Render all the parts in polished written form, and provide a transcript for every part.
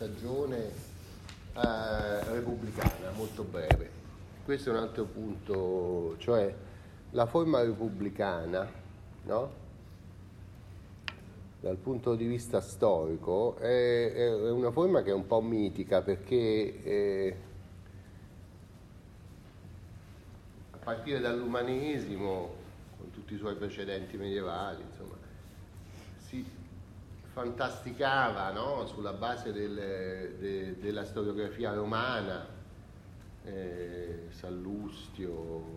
stagione repubblicana, molto breve. Questo è un altro punto, cioè la forma repubblicana, no? Dal punto di vista storico è una forma che è un po' mitica, perché a partire dall'umanesimo, con tutti i suoi precedenti medievali, insomma, si fantasticava, no? Sulla base della storiografia romana, Sallustio,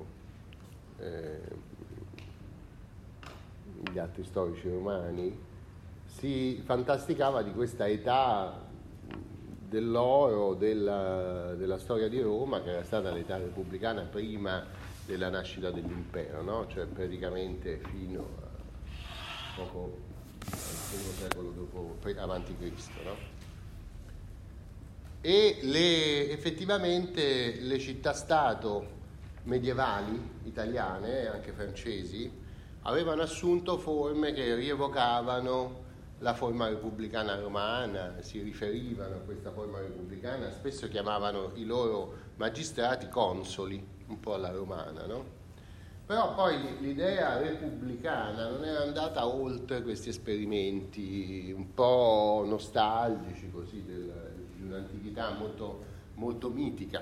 gli altri storici romani, si fantasticava di questa età dell'oro della storia di Roma, che era stata l'età repubblicana prima della nascita dell'impero, no? Cioè praticamente fino a poco al secondo secolo dopo, avanti Cristo, no? E effettivamente le città-stato medievali italiane e anche francesi avevano assunto forme che rievocavano la forma repubblicana romana, si riferivano a questa forma repubblicana, spesso chiamavano i loro magistrati consoli, un po' alla romana, no? Però poi l'idea repubblicana non era andata oltre questi esperimenti un po' nostalgici, così, di un'antichità molto, molto mitica.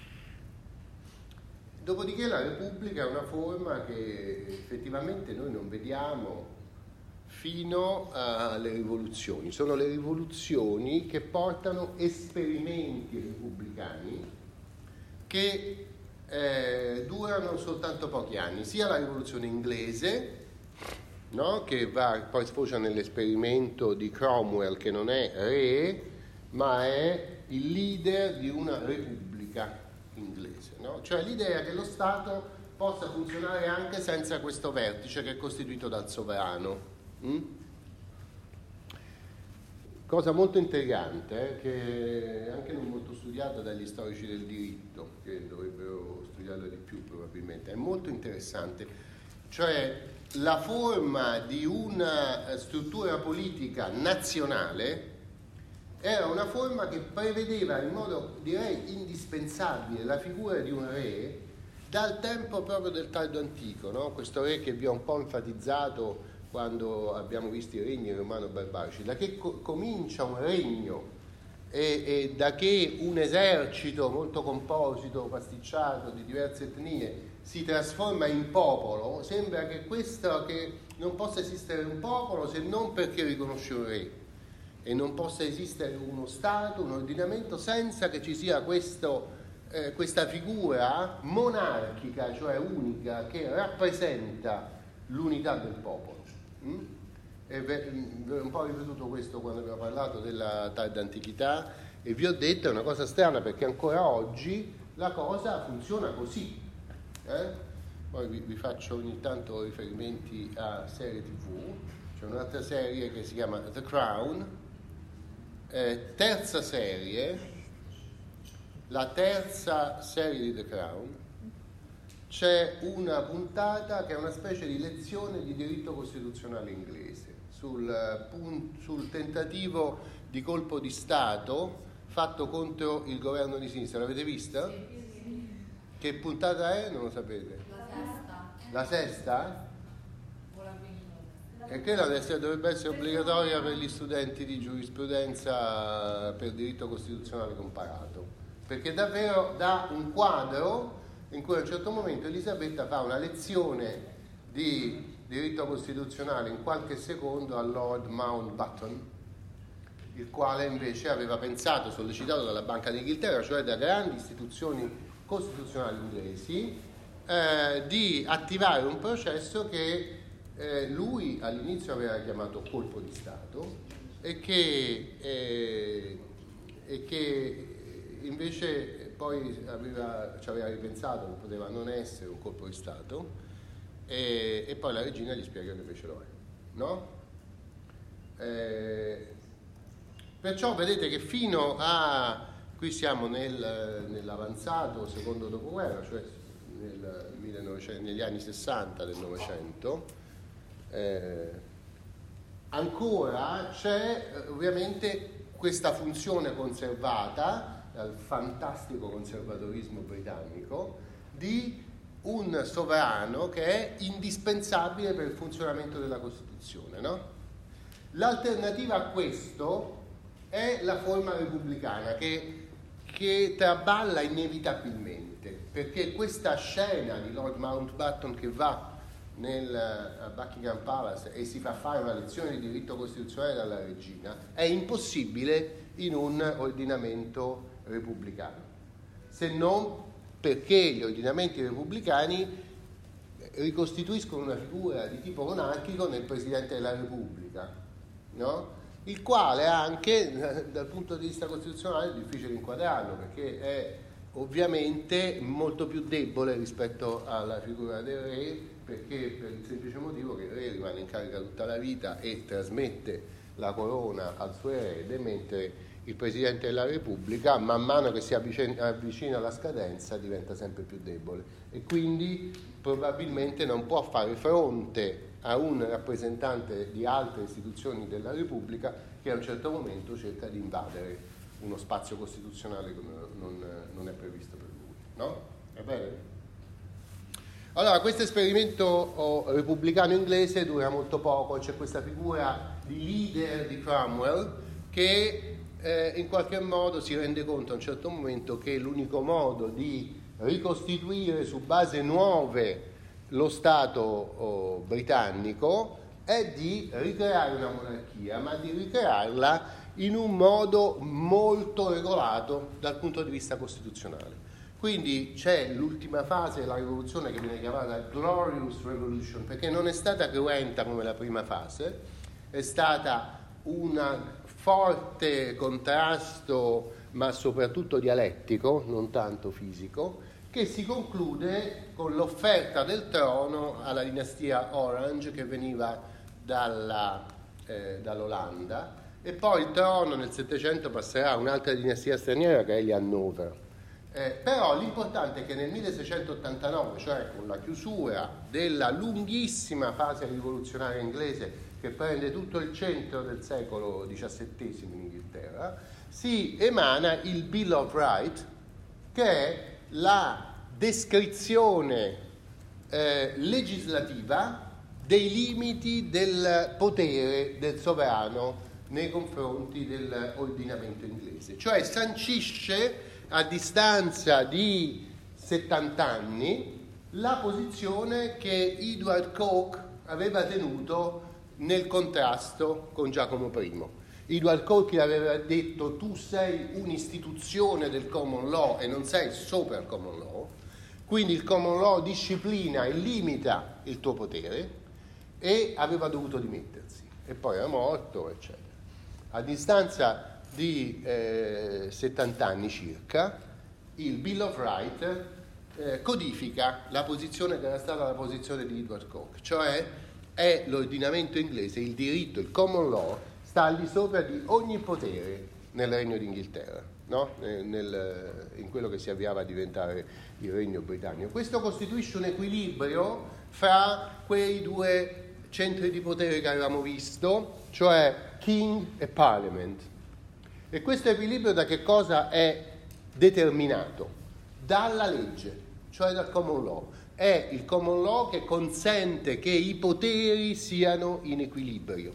Dopodiché la Repubblica è una forma che effettivamente noi non vediamo fino alle rivoluzioni. Sono le rivoluzioni che portano esperimenti repubblicani che durano soltanto pochi anni, sia la rivoluzione inglese, no? Che poi sfocia nell'esperimento di Cromwell, che non è re, ma è il leader di una repubblica inglese, no? Cioè l'idea che lo Stato possa funzionare anche senza questo vertice che è costituito dal sovrano. Cosa molto intrigante, che anche non molto studiata dagli storici del diritto, che dovrebbero studiarlo di più probabilmente. È molto interessante, cioè la forma di una struttura politica nazionale era una forma che prevedeva in modo, direi, indispensabile la figura di un re dal tempo proprio del tardo antico, no? Questo re che vi ho un po' enfatizzato quando abbiamo visto i regni romano-barbarici, da che comincia un regno e da che un esercito molto composito, pasticciato, di diverse etnie si trasforma in popolo, sembra che non possa esistere un popolo se non perché riconosce un re, e non possa esistere uno Stato, un ordinamento senza che ci sia questa figura monarchica, cioè unica, che rappresenta l'unità del popolo. E un po' ripetuto questo quando abbiamo parlato della tarda antichità, e vi ho detto è una cosa strana perché ancora oggi la cosa funziona così. Poi vi faccio ogni tanto riferimenti a serie TV. C'è un'altra serie che si chiama The Crown, terza serie, la terza serie di The Crown. C'è una puntata che è una specie di lezione di diritto costituzionale inglese sul tentativo di colpo di Stato fatto contro il governo di sinistra. L'avete vista? Sì. Che puntata è? Non lo sapete? La sesta? O la quinta? E quella dovrebbe essere obbligatoria per gli studenti di giurisprudenza per diritto costituzionale comparato, perché davvero dà un quadro in cui a un certo momento Elisabetta fa una lezione di diritto costituzionale in qualche secondo a Lord Mountbatten, il quale invece aveva pensato, sollecitato dalla Banca d'Inghilterra, cioè da grandi istituzioni costituzionali inglesi, di attivare un processo che lui all'inizio aveva chiamato colpo di Stato e che invece poi ci aveva ripensato che poteva non essere un colpo di Stato, e poi la regina gli spiega che invece lo è, no? Perciò vedete che fino a qui siamo nell'avanzato secondo dopoguerra, cioè negli anni 60 del Novecento, ancora c'è ovviamente questa funzione conservata dal fantastico conservatorismo britannico di un sovrano che è indispensabile per il funzionamento della Costituzione, no? L'alternativa a questo è la forma repubblicana che traballa inevitabilmente, perché questa scena di Lord Mountbatten che va nel Buckingham Palace e si fa fare una lezione di diritto costituzionale dalla regina è impossibile in un ordinamento repubblicano, se non perché gli ordinamenti repubblicani ricostituiscono una figura di tipo monarchico nel Presidente della Repubblica, no? Il quale anche dal punto di vista costituzionale è difficile inquadrarlo, perché è ovviamente molto più debole rispetto alla figura del re, perché per il semplice motivo che il re rimane in carica tutta la vita e trasmette la corona al suo erede, mentre il Presidente della Repubblica, man mano che si avvicina alla scadenza, diventa sempre più debole e quindi probabilmente non può fare fronte a un rappresentante di altre istituzioni della Repubblica che a un certo momento cerca di invadere uno spazio costituzionale che non è previsto per lui, no? È bene? Allora, questo esperimento repubblicano inglese dura molto poco, c'è questa figura di leader di Cromwell che in qualche modo si rende conto a un certo momento che l'unico modo di ricostituire su base nuove lo Stato britannico è di ricreare una monarchia, ma di ricrearla in un modo molto regolato dal punto di vista costituzionale. Quindi c'è l'ultima fase della rivoluzione che viene chiamata Glorious Revolution, perché non è stata cruenta come la prima fase, è stata un forte contrasto, ma soprattutto dialettico, non tanto fisico, che si conclude con l'offerta del trono alla dinastia Orange che veniva dall'Olanda, e poi il trono nel Settecento passerà a un'altra dinastia straniera che è gli Hannover. Però l'importante è che nel 1689, cioè con la chiusura della lunghissima fase rivoluzionaria inglese che prende tutto il centro del secolo XVII in Inghilterra, si emana il Bill of Rights, che è la descrizione legislativa dei limiti del potere del sovrano nei confronti dell'ordinamento inglese, cioè sancisce a distanza di 70 anni la posizione che Edward Coke aveva tenuto nel contrasto con Giacomo I. Edward Coke aveva detto: tu sei un'istituzione del common law e non sei sopra il common law, quindi il common law disciplina e limita il tuo potere, e aveva dovuto dimettersi e poi era morto, eccetera. A distanza di 70 anni circa, il Bill of Rights codifica la posizione che era stata la posizione di Edward Coke, cioè è l'ordinamento inglese, il diritto, il common law sta al di sopra di ogni potere nel Regno d'Inghilterra, no? In quello che si avviava a diventare il Regno britannico. Questo costituisce un equilibrio fra quei due centri di potere che avevamo visto, cioè King e Parliament. E questo equilibrio da che cosa è determinato? Dalla legge, cioè dal common law. È il common law che consente che i poteri siano in equilibrio,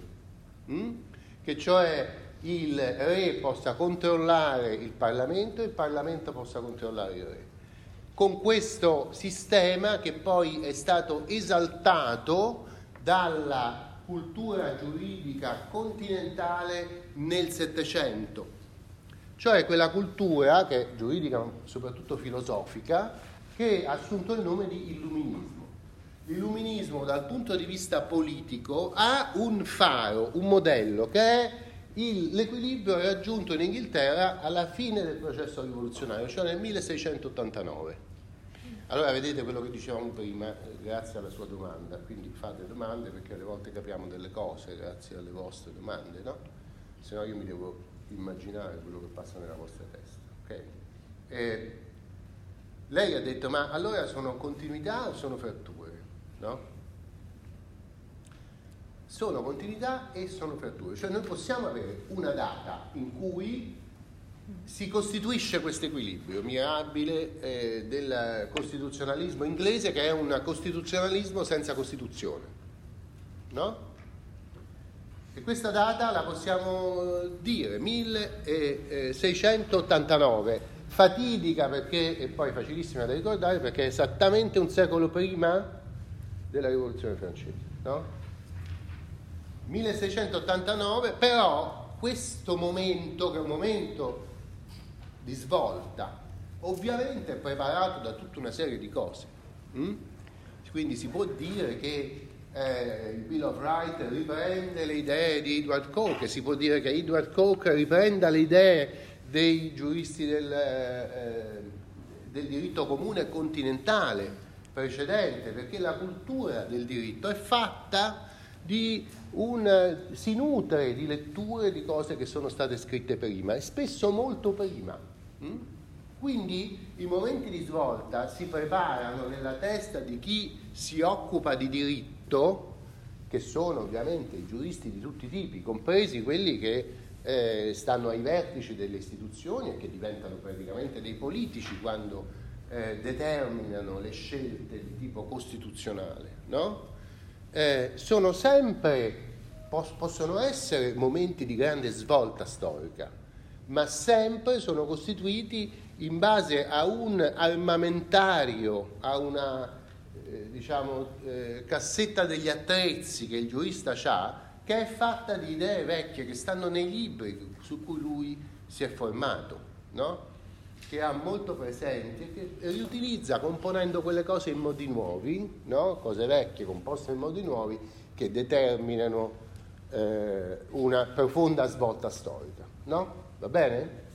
che cioè il re possa controllare il Parlamento e il Parlamento possa controllare il re. Con questo sistema che poi è stato esaltato dalla cultura giuridica continentale nel Settecento, cioè quella cultura che è giuridica, soprattutto filosofica, che ha assunto il nome di illuminismo. L'illuminismo dal punto di vista politico ha un faro, un modello che è l'equilibrio raggiunto in Inghilterra alla fine del processo rivoluzionario, cioè nel 1689. Allora vedete quello che dicevamo prima, grazie alla sua domanda, quindi fate domande perché alle volte capiamo delle cose grazie alle vostre domande, no? Se no io mi devo immaginare quello che passa nella vostra testa, ok? Lei ha detto, ma allora sono continuità o sono fratture, no? sono continuità e sono fratture. Cioè noi possiamo avere una data in cui si costituisce questo equilibrio mirabile del costituzionalismo inglese, che è un costituzionalismo senza Costituzione, no? E questa data la possiamo dire 1689, fatidica perché, e poi facilissima da ricordare, perché è esattamente un secolo prima della Rivoluzione francese, no? 1689, però questo momento, che è un momento di svolta, ovviamente è preparato da tutta una serie di cose. Quindi si può dire che il Bill of Rights riprende le idee di Edward Coke, si può dire che Edward Coke riprenda le idee dei giuristi del diritto comune continentale precedente, perché la cultura del diritto è fatta si nutre di letture di cose che sono state scritte prima, e spesso molto prima. Quindi i momenti di svolta si preparano nella testa di chi si occupa di diritto, che sono ovviamente i giuristi di tutti i tipi, compresi quelli che stanno ai vertici delle istituzioni e che diventano praticamente dei politici quando determinano le scelte di tipo costituzionale, no? Sono sempre, possono essere momenti di grande svolta storica, ma sempre sono costituiti in base a un armamentario, a una cassetta degli attrezzi che il giurista ha, che è fatta di idee vecchie che stanno nei libri su cui lui si è formato, no? Che ha molto presenti e che riutilizza componendo quelle cose in modi nuovi, no? Cose vecchie composte in modi nuovi che determinano una profonda svolta storica, no? Va bene?